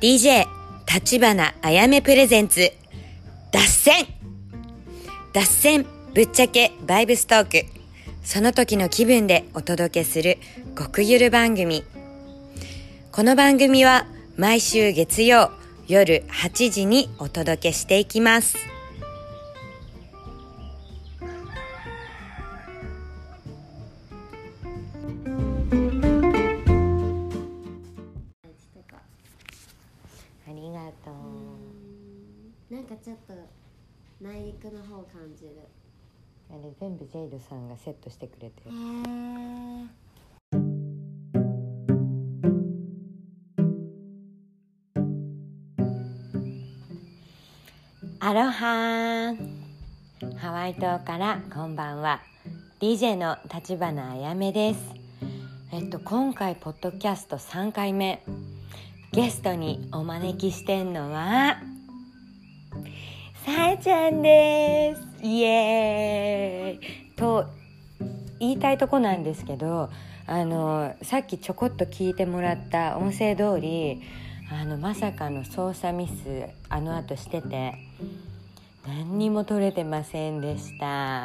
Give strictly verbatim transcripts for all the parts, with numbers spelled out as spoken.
ディージェー 立花あやめプレゼンツ脱線脱線ぶっちゃけバイブストーク、その時の気分でお届けする極ゆる番組。この番組は毎週月曜夜はちじにお届けしていきます。ありがとう。 なんかちょっと内陸の方感じる。 あれ全部ジェイドさんがセットしてくれてる。アロハー、ハワイ島からこんばんは。 ディージェー の立花あやめです。えっと今回ポッドキャストさんかいめ、ゲストにお招きしてんのはさえちゃんです。イエーイと言いたいとこなんですけど、あのさっきちょこっと聞いてもらった音声通り、あのまさかの操作ミスあの後してて何にも取れてませんでした。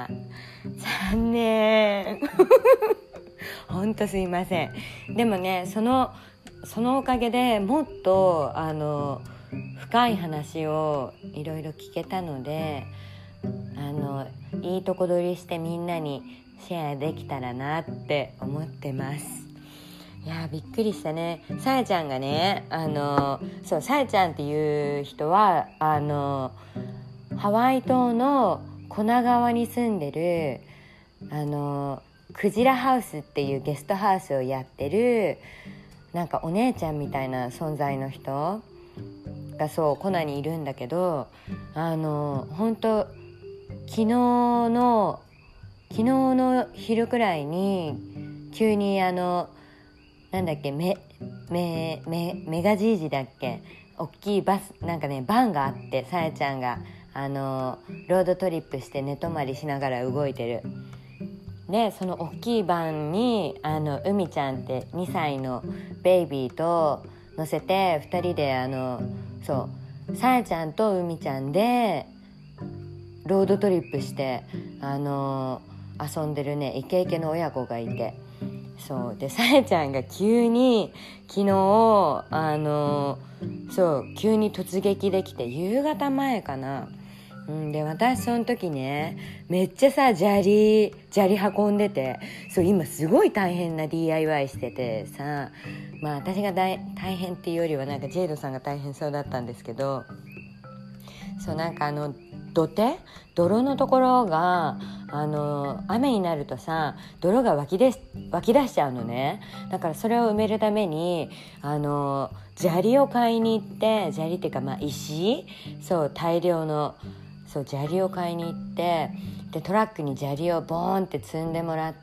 残念ほんとすいません。でもね、そのそのおかげでもっとあの深い話をいろいろ聞けたので、あのいいとこ取りしてみんなにシェアできたらなって思ってます。いやびっくりしたね。さえちゃんがね、あのそうさえちゃんっていう人はあのハワイ島のコナ川に住んでるあのクジラハウスっていうゲストハウスをやってるなんかお姉ちゃんみたいな存在の人がそうコナにいるんだけど、あの本当昨日の昨日の昼くらいに急にあのなんだっけメメメメガジージだっけ、大きいバスなんかねバンがあって、さえちゃんがあのロードトリップして寝泊まりしながら動いてる。でその大きいバンにあの海ちゃんってにさいのベイビーと乗せてふたりであのそうさえちゃんと海ちゃんでロードトリップしてあの遊んでるねイケイケの親子がいて、そうでさえちゃんが急に昨日あのそう急に突撃できて、夕方前かな、うん、で私その時ねめっちゃさ砂利砂利運んでて、そう今すごい大変な ディーアイワイ しててさ、まあ私が大大変っていうよりはなんかジェイドさんが大変そうだったんですけど、そうなんかあの土手泥のところがあの雨になるとさ泥が湧き出し湧き出しちゃうのね。だからそれを埋めるためにあの砂利を買いに行って、砂利っていうかまあ石、そう大量のそう砂利を買いに行って、でトラックに砂利をボーンって積んでもらって、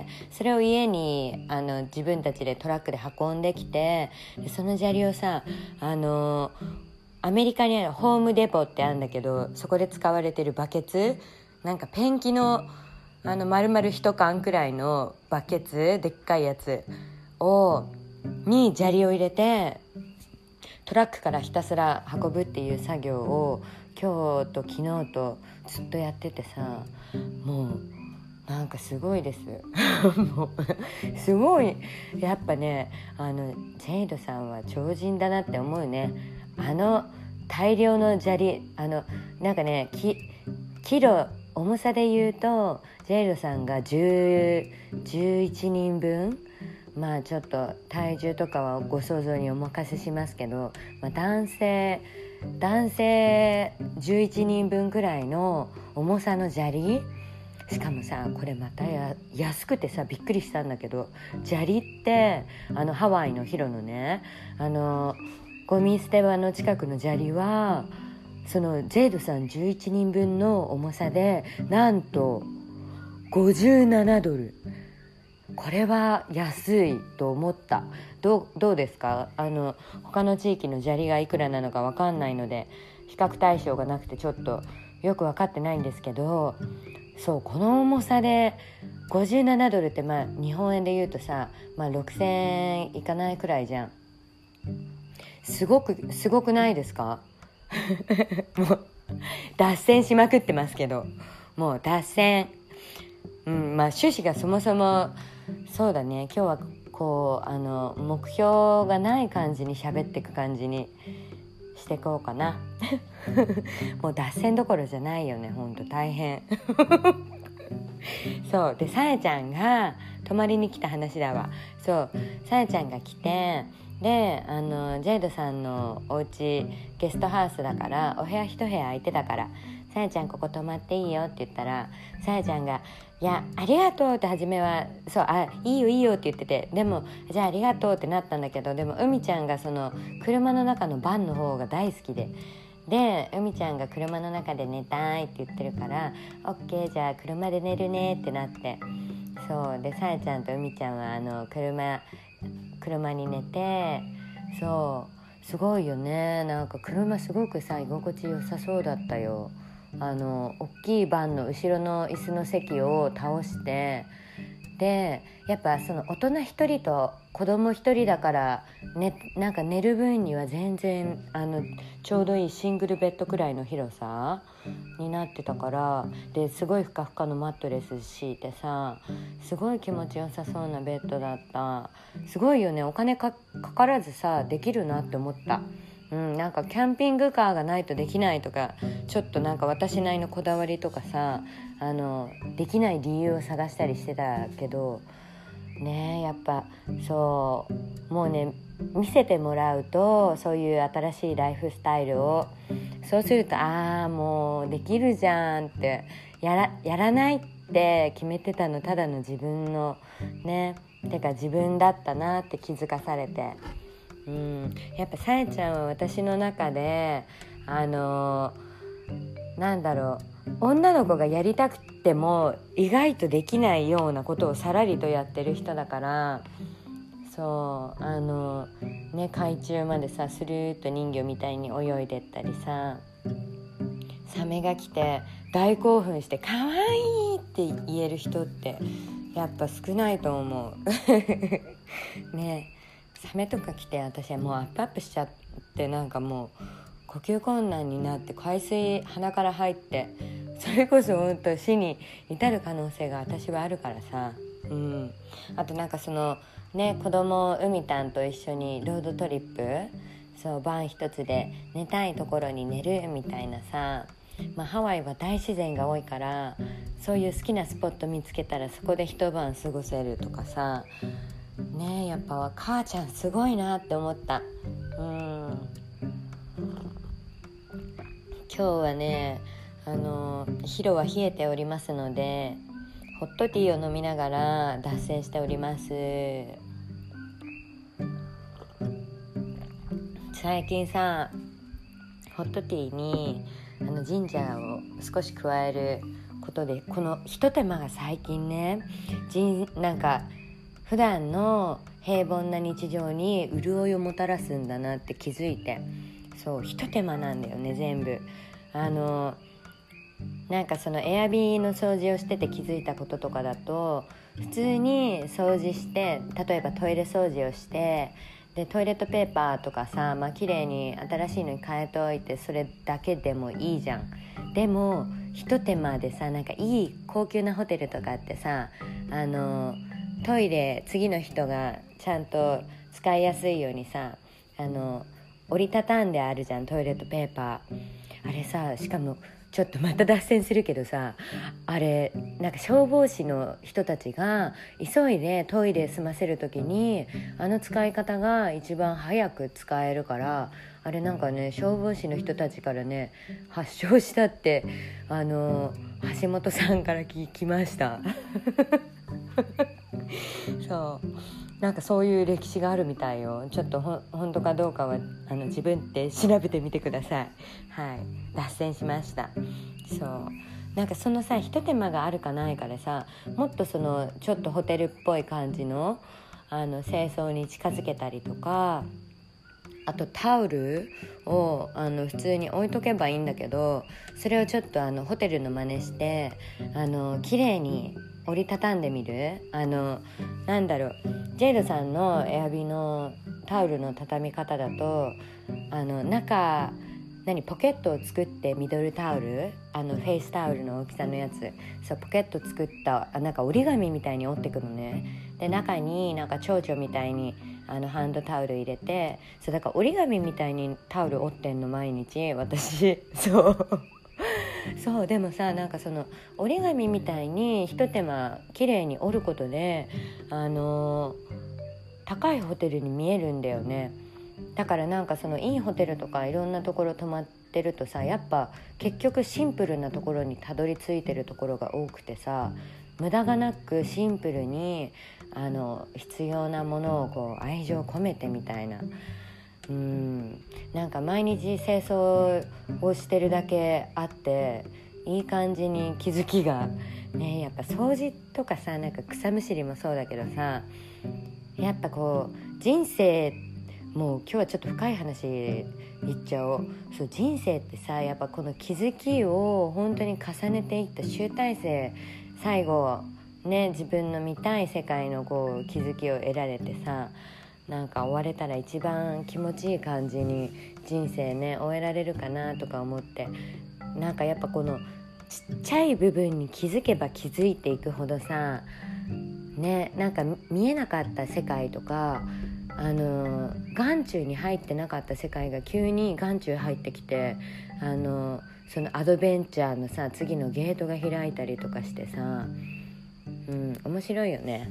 それを家にあの自分たちでトラックで運んできて、でその砂利をさあのアメリカにあるホームデポってあるんだけど、そこで使われてるバケツ、なんかペンキのあの丸々一缶くらいのバケツでっかいやつをに砂利を入れてトラックからひたすら運ぶっていう作業を今日と昨日とずっとやっててさ、もうなんかすごいですもうすごいやっぱね、あのジェイドさんは超人だなって思うね。あの大量の砂利、あのなんかね キ, キロ重さで言うとジェイドさんがじゅう、じゅういちにんぶん、まあちょっと体重とかはご想像にお任せしますけど、まあ、男性男性じゅういちにんぶんくらいの重さの砂利、しかもさこれまたや安くてさびっくりしたんだけど、砂利ってあのハワイの広のねあのゴミ捨て場の近くの砂利はそのジェイドさんじゅういちにんぶんの重さでなんとごじゅうななドル。これは安いと思った。どう、どうですか？あの他の地域の砂利がいくらなのか分かんないので比較対象がなくてちょっとよく分かってないんですけど、そうこの重さでごじゅうななドルってまあ日本円で言うとさ、まあ、ろくせんえんいかないくらいじゃん。 すごくすごくないですか？もう脱線しまくってますけど、もう脱線、うん、まあ趣旨がそもそもそうだね、今日はこうあの目標がない感じに喋っていく感じにしていこうかな。もう脱線どころじゃないよね、ほんと大変。そうで、さやちゃんが泊まりに来た話だわ。そう、さやちゃんが来て、であのジェイドさんのお家ゲストハウスだからお部屋一部屋空いてたから、さやちゃんここ泊まっていいよって言ったら、さやちゃんがいやありがとうって初めはそうあいいよいいよって言ってて、でもじゃあありがとうってなったんだけど、でもうみちゃんがその車の中のバンの方が大好きで、でうみちゃんが車の中で寝たいって言ってるから、オッケーじゃあ車で寝るねってなって、そうでさやちゃんとうみちゃんはあの車車に寝て、そうすごいよね、なんか車すごくさ居心地良さそうだったよ。あの大きいバンの後ろの椅子の席を倒して、でやっぱその大人一人と子供一人だから、ね、なんか寝る分には全然あのちょうどいいシングルベッドくらいの広さになってたから、ですごいふかふかのマットレス敷いてさ、すごい気持ちよさそうなベッドだった。すごいよね、お金 か, かからずさできるなって思った。うん、なんかキャンピングカーがないとできないとか、ちょっとなんか私なりのこだわりとかさ、あのできない理由を探したりしてたけどね、やっぱそうもうね見せてもらうと、そういう新しいライフスタイルを、そうするとああもうできるじゃんって、や ら, やらないって決めてたのただの自分のねてか自分だったなって気づかされて、うん、やっぱさやちゃんは私の中であのー、なんだろう、女の子がやりたくても意外とできないようなことをさらりとやってる人だから、そうあのー、ね海中までさスルーッと人魚みたいに泳いでったりさ、サメが来て大興奮して可愛いって言える人ってやっぱ少ないと思う。ね、サメとか来て私はもうアップアップしちゃって、なんかもう呼吸困難になって海水鼻から入って、それこそ本当死に至る可能性が私はあるからさ、うん、あとなんかそのね子供海たんと一緒にロードトリップ、そうバン一つで寝たいところに寝るみたいなさ、まあ、ハワイは大自然が多いから、そういう好きなスポット見つけたらそこで一晩過ごせるとかさね、やっぱ母ちゃんすごいなって思った。うん、今日はねあの昼は冷えておりますのでホットティーを飲みながら脱線しております。最近さホットティーにあのジンジャーを少し加えることで、このひと手間が最近ねジンなんか普段の平凡な日常に潤いをもたらすんだなって気づいて、そうひと手間なんだよね全部。あのなんかそのエアビーの掃除をしてて気づいたこととかだと、普通に掃除して例えばトイレ掃除をしてでトイレットペーパーとかさ、まあ綺麗に新しいのに変えておいてそれだけでもいいじゃん。でもひと手間でさ、なんかいい高級なホテルとかってさ、あのトイレ次の人がちゃんと使いやすいようにさ、あの折りたたんであるじゃんトイレットペーパー。あれさ、しかもちょっとまた脱線するけどさ、あれなんか消防士の人たちが急いでトイレ済ませる時にあの使い方が一番早く使えるから、あれなんかね消防士の人たちからね発祥したってあの橋本さんから聞きましたそうなんかそういう歴史があるみたいよ。ちょっとほ本当かどうかはあの自分で調べてみてください。はい、脱線しました。そうなんかそのさひと手間があるかないかでさ、もっとそのちょっとホテルっぽい感じのあの清掃に近づけたりとか、 あとタオルをあの普通に置いとけばいいんだけど、それをちょっとあのホテルの真似してあの綺麗に折りたたんでみる。あのなんだろう、ジェイドさんのエアビのタオルの畳み方だと、あの中何ポケットを作って、ミドルタオル、あのフェイスタオルの大きさのやつ、そうポケット作ったなんか折り紙みたいに折ってくのね。で中になんか蝶々みたいにあのハンドタオル入れて、そうだから折り紙みたいにタオル折ってんの毎日私そうそうでもさ、なんかその折り紙みたいに一手間綺麗に折ることで、あのー、高いホテルに見えるんだよね。だからなんかそのいいホテルとかいろんなところ泊まってるとさ、やっぱ結局シンプルなところにたどり着いてるところが多くてさ、無駄がなくシンプルにあの必要なものをこう愛情込めてみたいな、うーんなんか毎日清掃をしてるだけあって、いい感じに気づきがね、やっぱ掃除とかさ、なんか草むしりもそうだけどさ、やっぱこう人生、もう今日はちょっと深い話言っちゃおう。そう人生ってさ、やっぱこの気づきを本当に重ねていった集大成、最後ね、自分の見たい世界のこう気づきを得られてさ、なんか終われたら一番気持ちいい感じに人生ね終えられるかなとか思って、なんかやっぱこのちっちゃい部分に気づけば気づいていくほどさね、なんか見えなかった世界とか、あの眼中に入ってなかった世界が急に眼中入ってきて、あのそのアドベンチャーのさ次のゲートが開いたりとかしてさ、うん面白いよね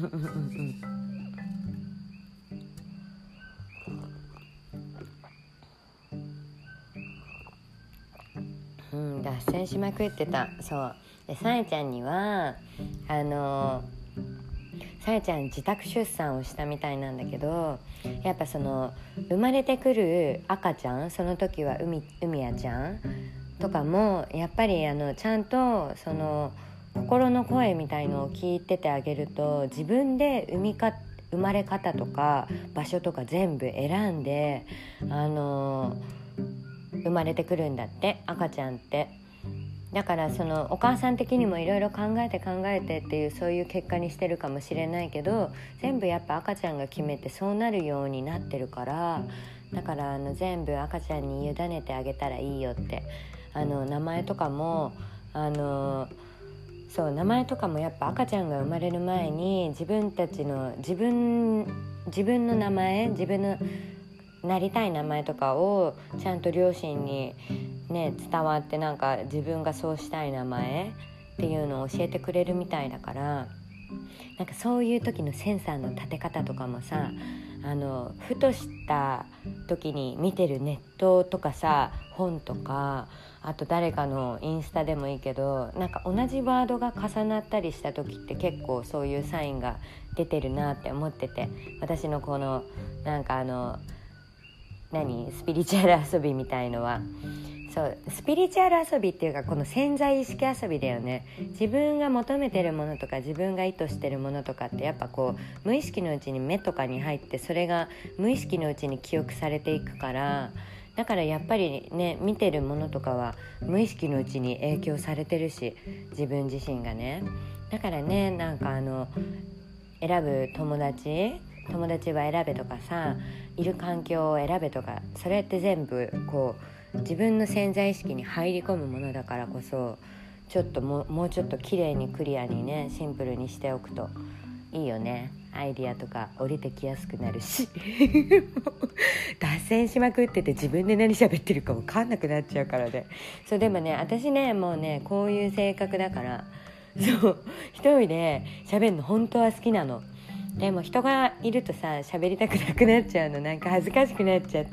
うん、脱線しまくってた。そうで、さえちゃんにはあのさえちゃん自宅出産をしたみたいなんだけど、やっぱその生まれてくる赤ちゃん、その時は海海やちゃんとかもやっぱりあのちゃんとその心の声みたいのを聞いててあげると、自分で産みか生まれ方とか場所とか全部選んであの生まれてくるんだって、赤ちゃんって。だからそのお母さん的にもいろいろ考えて考えてっていうそういう結果にしてるかもしれないけど、全部やっぱ赤ちゃんが決めてそうなるようになってるから、だからあの全部赤ちゃんに委ねてあげたらいいよって。あの名前とかもあのそう名前とかもやっぱ赤ちゃんが生まれる前に自分たちの自分自分の名前、自分のなりたい名前とかをちゃんと両親にね伝わって、なんか自分がそうしたい名前っていうのを教えてくれるみたいだから、なんかそういう時のセンサーの立て方とかもさ、あのふとした時に見てるネットとかさ、本とか、あと誰かのインスタでもいいけど、なんか同じワードが重なったりした時って結構そういうサインが出てるなって思ってて、私のこのなんかあの何スピリチュアル遊びみたいのは、そうスピリチュアル遊びっていうか、この潜在意識遊びだよね。自分が求めてるものとか自分が意図してるものとかってやっぱこう無意識のうちに目とかに入って、それが無意識のうちに記憶されていくから、だからやっぱりね見てるものとかは無意識のうちに影響されてるし、自分自身がね。だからね、なんかあの選ぶ友達友達は選べとかさ、いる環境を選べとか、それって全部こう自分の潜在意識に入り込むものだからこそ、ちょっともう、もうちょっと綺麗にクリアにねシンプルにしておくといいよね。アイディアとか降りてきやすくなるし脱線しまくってて自分で何喋ってるか分かんなくなっちゃうからね。そうでもね、私ねもうねこういう性格だから、そう一人で喋るの本当は好きなの。でも人がいるとさ喋りたくなくなっちゃうの、なんか恥ずかしくなっちゃって。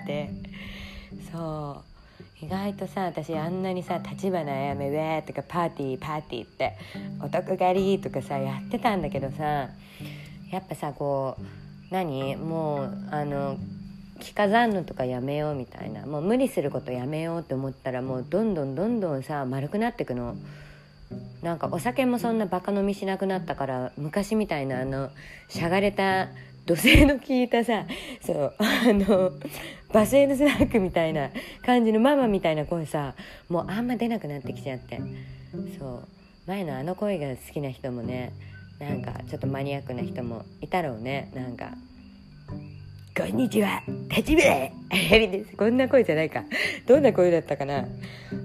そう意外とさ、私あんなにさ立花あやめウェーとかパーティーパーティーって男狩りとかさやってたんだけどさ、やっぱさこう何もうあの着飾んのとかやめようみたいな、もう無理することやめようって思ったら、もうどんどんどんどんさ丸くなってくの。なんかお酒もそんなバカ飲みしなくなったから、昔みたいなあのしゃがれた土星の効いたさ、そうあのバスへのスナックみたいな感じのママみたいな声さ、もうあんま出なくなってきちゃって、そう前のあの声が好きな人もね、なんかちょっとマニアックな人もいたろうね。なんかこんにちは、はじめあやみです。こんな声じゃないか。どんな声だったかな。うん、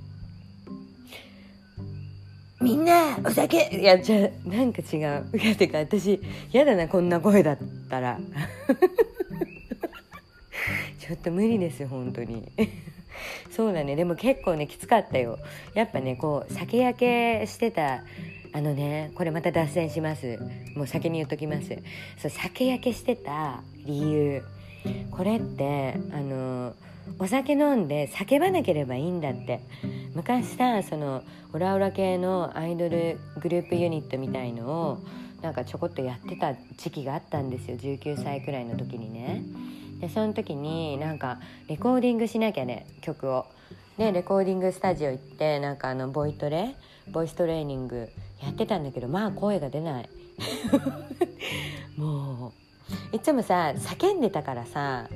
みんなお酒、いやじゃなんか違う。いやてか私やだな、こんな声だったらちょっと無理です本当にそうだね。でも結構ねきつかったよ。やっぱねこう酒焼けしてた、あのねこれまた脱線します。もう先に言っときます。そう酒焼けしてた理由、これってあのお酒飲んで叫ばなければいいんだって。昔さ、そのオラオラ系のアイドルグループユニットみたいのをなんかちょこっとやってた時期があったんですよ、じゅうきゅうさいくらいの時にね。でその時になんかレコーディングしなきゃね、曲を。でレコーディングスタジオ行ってなんかあのボイトレボイストレーニングやってたんだけど、まあ声が出ないもういつもさ叫んでたからさ、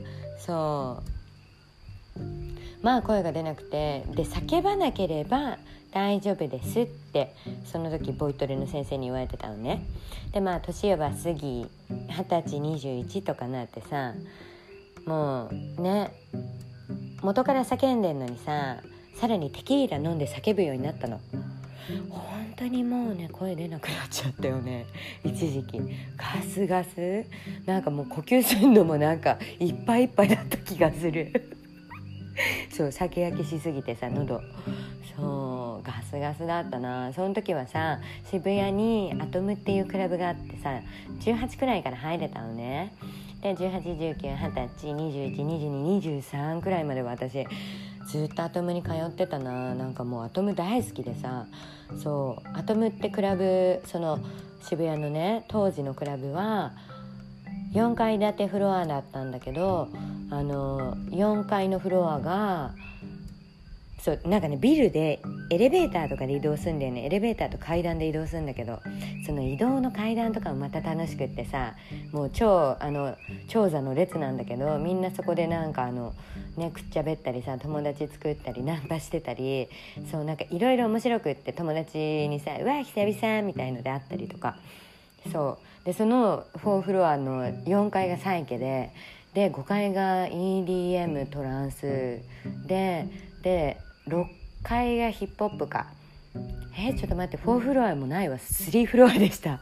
そうまあ声が出なくて、で叫ばなければ大丈夫ですってその時ボイトレの先生に言われてたのね。でまあ年は過ぎはたちにじゅういちとかなってさ、もうね元から叫んでんのにさ、さらにテキーラ飲んで叫ぶようになったの。本当にもうね声出なくなっちゃったよね一時期。ガスガスなんかもう呼吸するのもなんかいっぱいいっぱいだった気がするそう酒焼けしすぎてさ喉、そうガスガスだったな。その時はさ渋谷にアトムっていうクラブがあってさ、じゅうはちくらいから入れたのね。でじゅうはち、じゅうきゅう、はたち、にじゅういち、にじゅうに、にじゅうさんくらいまで私ずっとアトムに通ってたな。なんかもうアトム大好きでさ、そうアトムってクラブ、その渋谷のね当時のクラブはよんかい建てフロアだったんだけど、あのよんかいのフロアがそうなんかねビルでエレベーターとかで移動するんだよね。エレベーターと階段で移動するんだけど、その移動の階段とかもまた楽しくってさ、もう超あの長座の列なんだけど、みんなそこでなんかあのねくっちゃべったりさ、友達作ったりナンパしてたり、そうなんかいろいろ面白くって、友達にさうわ久々みたいのであったりとか、そうでそのよんフロアのよんかいがサイケで、でごかいが イーディーエム トランスで、でろっかいがヒップホップか。えちょっと待って、よんフロアもないわ、さんフロアでした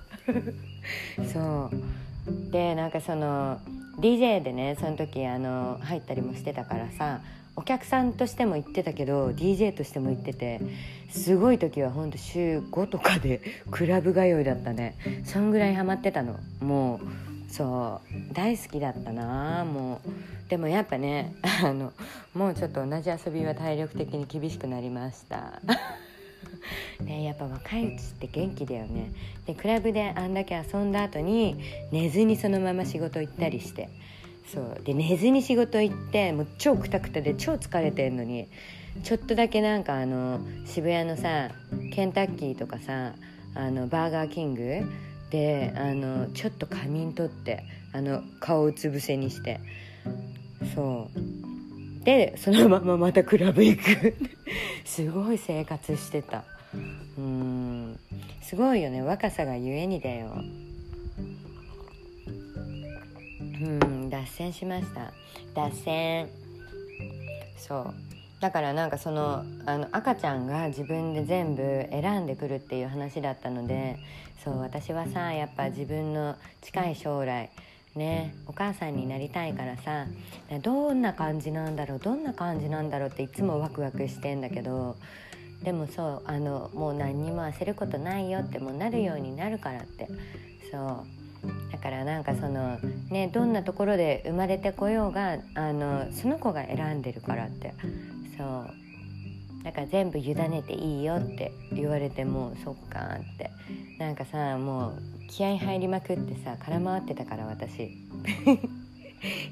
そうでなんかその ディージェー でねその時あの入ったりもしてたからさ、お客さんとしても行ってたけど ディージェー としても行ってて、すごい時はほんとしゅうごとかでクラブ通いだったね。そんぐらいハマってたの。もうそう大好きだったな。もうでもやっぱねあのもうちょっと同じ遊びは体力的に厳しくなりましたね、やっぱ若いうちって元気だよね。でクラブであんだけ遊んだ後に寝ずにそのまま仕事行ったりして、そうで寝ずに仕事行ってもう超クタクタで超疲れてんのに、ちょっとだけなんかあの渋谷のさケンタッキーとかさ、あのバーガーキングであのちょっと仮眠取ってあの顔をうつ伏せにして、そうでそのまままたクラブ行くすごい生活してた。うーんすごいよね、若さがゆえにだよ。うん脱線しました。脱線。そうだからなんかその、あの赤ちゃんが自分で全部選んでくるっていう話だったので、そう私はさやっぱ自分の近い将来ねお母さんになりたいからさ、どんな感じなんだろうどんな感じなんだろうっていつもワクワクしてんだけど、でもそうあのもう何にも焦ることないよって、もうなるようになるからって。そうだからなんかそのねどんなところで生まれてこようがあのその子が選んでるからって。そうだから全部委ねていいよって言われてもそっかってなんかさもう気合入りまくってさ空回ってたから私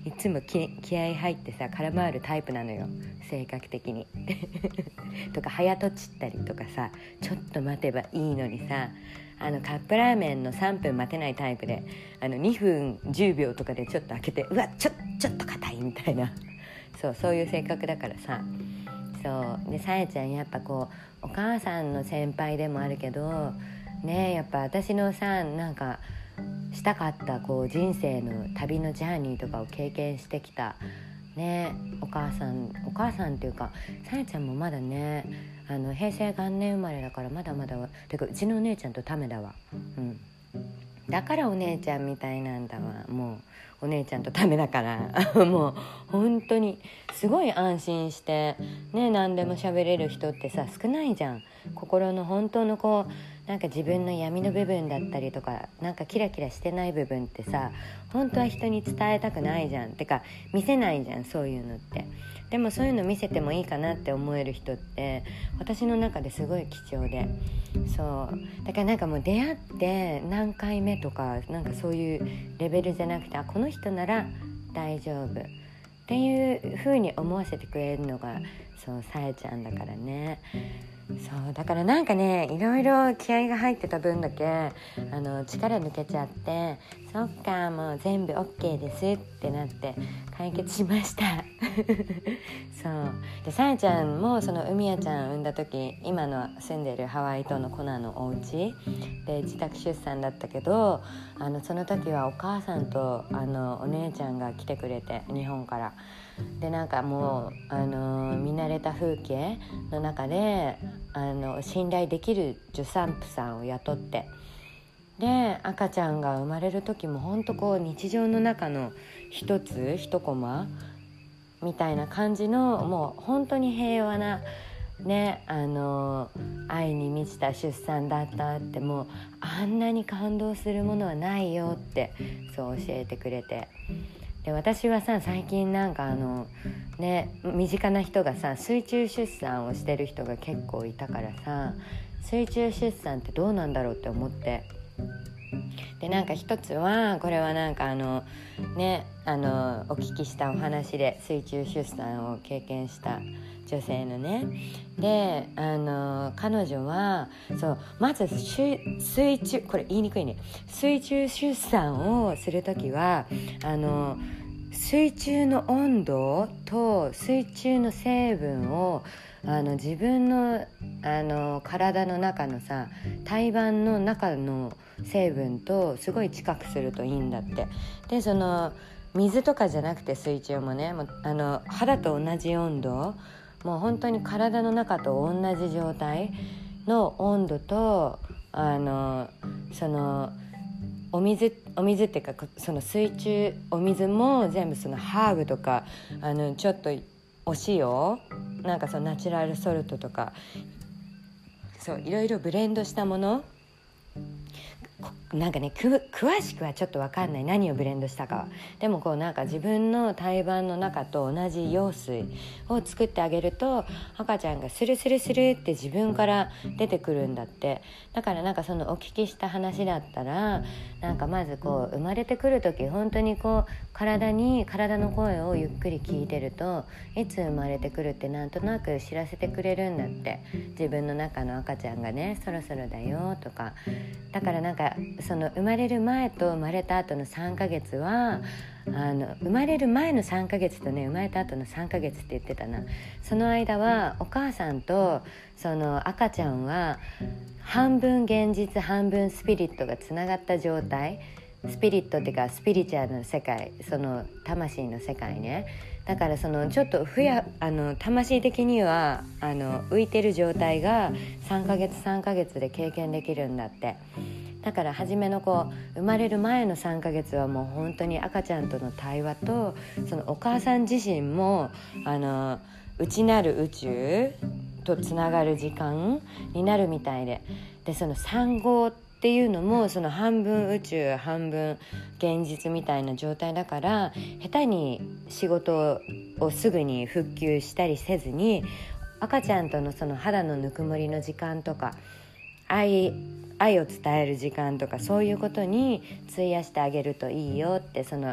いつも気, 気合い入ってさ空回るタイプなのよ、性格的にとか早とちったりとかさ、ちょっと待てばいいのにさ、あのカップラーメンのさんぷん待てないタイプで、あのにふんじゅうびょうとかでちょっと開けて、うわちょちょっと硬いみたいなそうそういう性格だからさ。そうで、さえちゃんやっぱこうお母さんの先輩でもあるけどね、やっぱ私のさなんかしたかったこう人生の旅のジャーニーとかを経験してきたね、お母さんお母さんっていうか、さえちゃんもまだね、あの平成元年生まれだからまだまだてかうちのお姉ちゃんとためだわ、うん、だからお姉ちゃんみたいなんだわ。もうお姉ちゃんとためだからもう本当にすごい安心してね、何でも喋れる人ってさ少ないじゃん。心の本当のこうなんか自分の闇の部分だったりとか、なんかキラキラしてない部分ってさ、本当は人に伝えたくないじゃん。てか見せないじゃん、そういうのって。でもそういうの見せてもいいかなって思える人って私の中ですごい貴重で、そうだからなんかもう出会って何回目とかなんかそういうレベルじゃなくて、あこの人なら大丈夫っていう風に思わせてくれるのがそうさえちゃんだからね。そうだからなんかね、いろいろ気合が入ってた分だけあの力抜けちゃって、そっかもう全部 OK ですってなって解決しましたそうで、さやちゃんもその海やちゃん産んだ時、今の住んでるハワイ島のコナのお家で自宅出産だったけど、あのその時はお母さんとあのお姉ちゃんが来てくれて、日本からで、なんかもうあの見慣れた風景の中であの信頼できる助産婦さんを雇って、で赤ちゃんが生まれる時も本当こう日常の中の一つ一コマみたいな感じの、もう本当に平和なね、あの愛に満ちた出産だったって、もうあんなに感動するものはないよってそう教えてくれて、で私はさ最近なんかあのね、身近な人がさ水中出産をしてる人が結構いたからさ、水中出産ってどうなんだろうって思って、でなんか一つはこれはなんかあのねあのお聞きしたお話で、水中出産を経験した女性のね、であの彼女はそうまず水中これ言いにくいね水中出産をするときはあの水中の温度と水中の成分をあの自分の、あの体の中のさ胎盤の中の成分とすごい近くするといいんだって。でその水とかじゃなくて水中もね、もうあの肌と同じ温度、もう本当に体の中と同じ状態の温度とあのそのお水お水っていうかその水中お水も全部そのハーブとかあのちょっとお塩なんかそのナチュラルソルトとかそういろいろブレンドしたもの、なんかねく詳しくはちょっと分かんない、何をブレンドしたかは。でもこうなんか自分の胎盤の中と同じ羊水を作ってあげると赤ちゃんがスルスルスルって自分から出てくるんだって。だからなんかそのお聞きした話だったら、なんかまずこう生まれてくる時本当にこう体に体の声をゆっくり聞いてるといつ生まれてくるってなんとなく知らせてくれるんだって。自分の中の赤ちゃんがねそろそろだよとか。だからなんかその生まれる前と生まれた後のさんかげつはあの生まれる前のさんかげつとね生まれた後のさんかげつって言ってたな。その間はお母さんとその赤ちゃんは半分現実半分スピリットがつながった状態。スピリットっていうかスピリチュアルの世界、その魂の世界ね。だからそのちょっとふやあの魂的にはあの浮いてる状態がさんかげつさんかげつで経験できるんだって。だから初めのこう生まれる前のさんかげつはもう本当に赤ちゃんとの対話とそのお母さん自身もあの内なる宇宙とつながる時間になるみたいで、でその産後っていうのもその半分宇宙半分現実みたいな状態だから、下手に仕事をすぐに復旧したりせずに赤ちゃんとのその肌のぬくもりの時間とか愛愛を伝える時間とかそういうことに費やしてあげるといいよって、その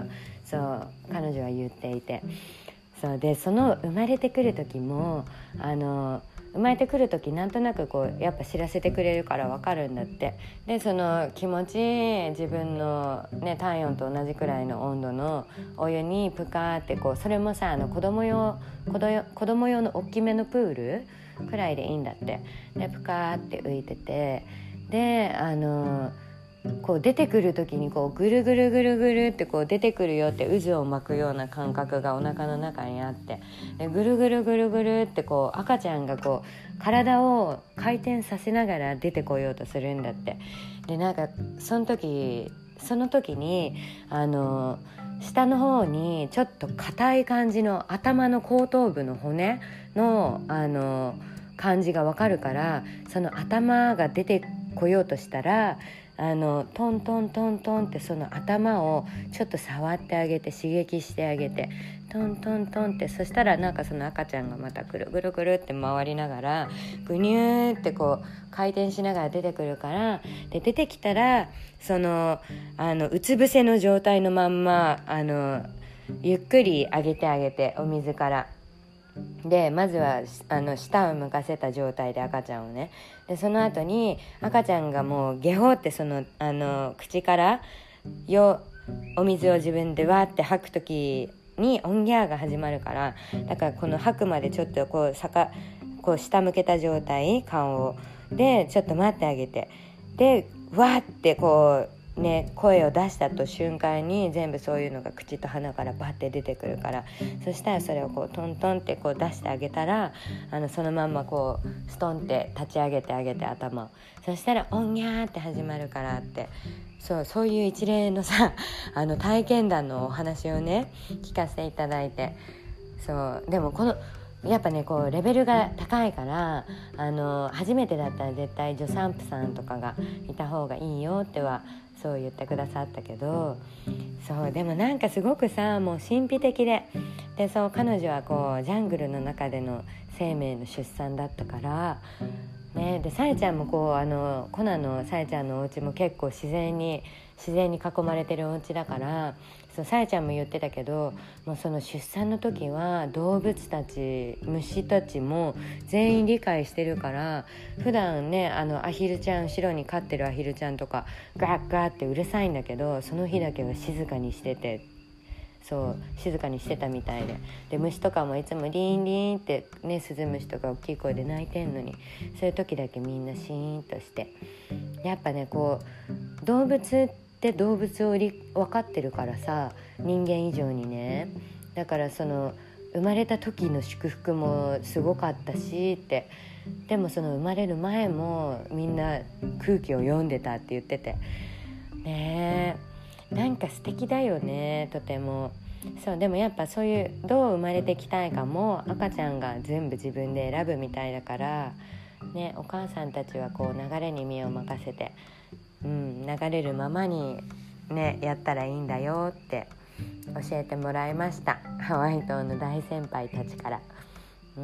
そう彼女は言っていて、そうでその生まれてくる時もあの生まれてくる時なんとなくこうやっぱ知らせてくれるから分かるんだって。でその気持ちいい自分の、ね、体温と同じくらいの温度のお湯にプカーってこう、それもさあの子供用子供子供用の大きめのプールくらいでいいんだって。でプカーって浮いてて、であのこう出てくる時にこうぐるぐるぐるぐるってこう出てくるよって渦を巻くような感覚がお腹の中にあって、でぐるぐるぐるぐるってこう赤ちゃんがこう体を回転させながら出てこようとするんだって。でなんかその時その時にあの下の方にちょっと硬い感じの頭の後頭部の骨のあの感じがわかるから、その頭が出てこようとしたらあのトントントントンってその頭をちょっと触ってあげて刺激してあげてトントントンって、そしたらなんかその赤ちゃんがまたぐるぐるぐるって回りながらぐにゅーってこう回転しながら出てくるから、で出てきたらそのあのうつ伏せの状態のまんまあのゆっくり上げてあげてお水からでまずはあの舌を向かせた状態で赤ちゃんをね、でその後に赤ちゃんがもうゲホってそのあの口からよお水を自分でわーって吐く時にオンギャーが始まるから、だからこの吐くまでちょっとこうさかこう下向けた状態顔をでちょっと待ってあげて、でわーってこうね、声を出したと瞬間に全部そういうのが口と鼻からバッて出てくるから、そしたらそれをこうトントンってこう出してあげたらあのそのまんまこうストンって立ち上げてあげて頭を、そしたらオンギャーって始まるからって、そうそういう一連のさあの体験談のお話をね聞かせていただいて、そうでもこのやっぱねこうレベルが高いからあの初めてだったら絶対助産婦さんとかがいた方がいいよってはそう言ってくださったけど、そうでもなんかすごくさもう神秘的で、でそう彼女はこうジャングルの中での生命の出産だったからね、でさえちゃんもこうあのコナのさえちゃんのお家も結構自然に自然に囲まれてるお家だから、そうさえちゃんも言ってたけどもうその出産の時は動物たち虫たちも全員理解してるから、普段ねあのアヒルちゃん後ろに飼ってるアヒルちゃんとかガッガーってうるさいんだけど、その日だけは静かにしてて、そう静かにしてたみたいで、で虫とかもいつもリンリンってねスズムシとか大きい声で鳴いてんのに、そういう時だけみんなシーンとして、やっぱねこう動物って動物を分かってるからさ人間以上にね、だからその生まれた時の祝福もすごかったしって、でもその生まれる前もみんな空気を読んでたって言っててねえ、なんか素敵だよねとても。そうでもやっぱそういうどう生まれてきたいかも赤ちゃんが全部自分で選ぶみたいだからね、お母さんたちはこう流れに身を任せて、うん、流れるままにねやったらいいんだよって教えてもらいました、ハワイ島の大先輩たちから。うん、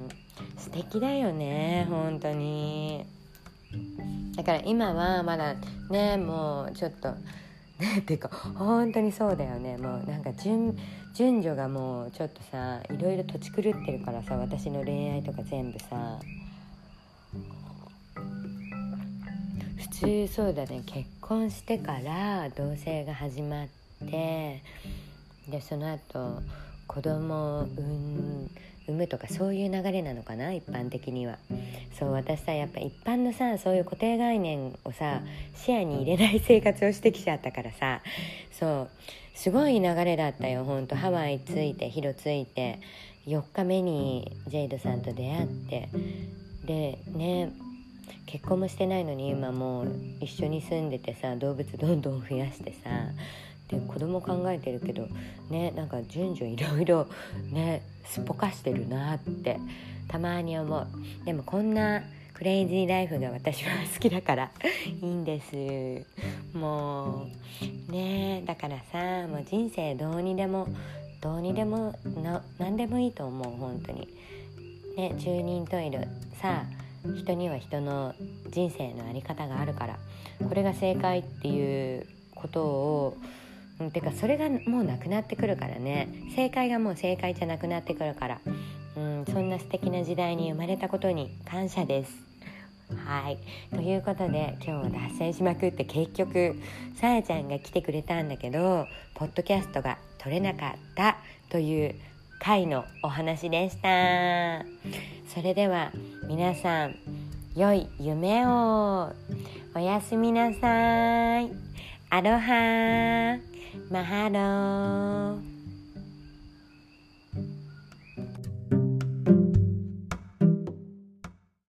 素敵だよね本当に。だから今はまだねもうちょっとねっていうか本当にそうだよね、もうなんか 順, 順序がもうちょっとさいろいろ土地狂ってるからさ、私の恋愛とか全部さ普通そうだね、結婚してから同棲が始まって、でその後子供を産ん産むとかそういう流れなのかな一般的には。そう私さやっぱ一般のさそういう固定概念をさ視野に入れない生活をしてきちゃったからさ、そうすごい流れだったよ本当。ハワイ着いてヒロ着いてよっかめにジェイドさんと出会って、でね結婚もしてないのに今もう一緒に住んでてさ動物どんどん増やしてさ、で子供考えてるけどねなんか順序いろいろねすっぽかしてるなってたまに思う。でもこんなクレイジーライフが私は好きだからいいんです。もうねだからさもう人生どうにでもどうにでもな何でもいいと思う本当にね。十人十色さ人には人の人生のあり方があるから、これが正解っていうことをうん、てかそれがもうなくなってくるからね。正解がもう正解じゃなくなってくるから、うん、そんな素敵な時代に生まれたことに感謝です。はい、ということで今日は脱線しまくって結局さやちゃんが来てくれたんだけどポッドキャストが撮れなかったという回のお話でした。それでは皆さん良い夢を。おやすみなさい。アロハマハロー。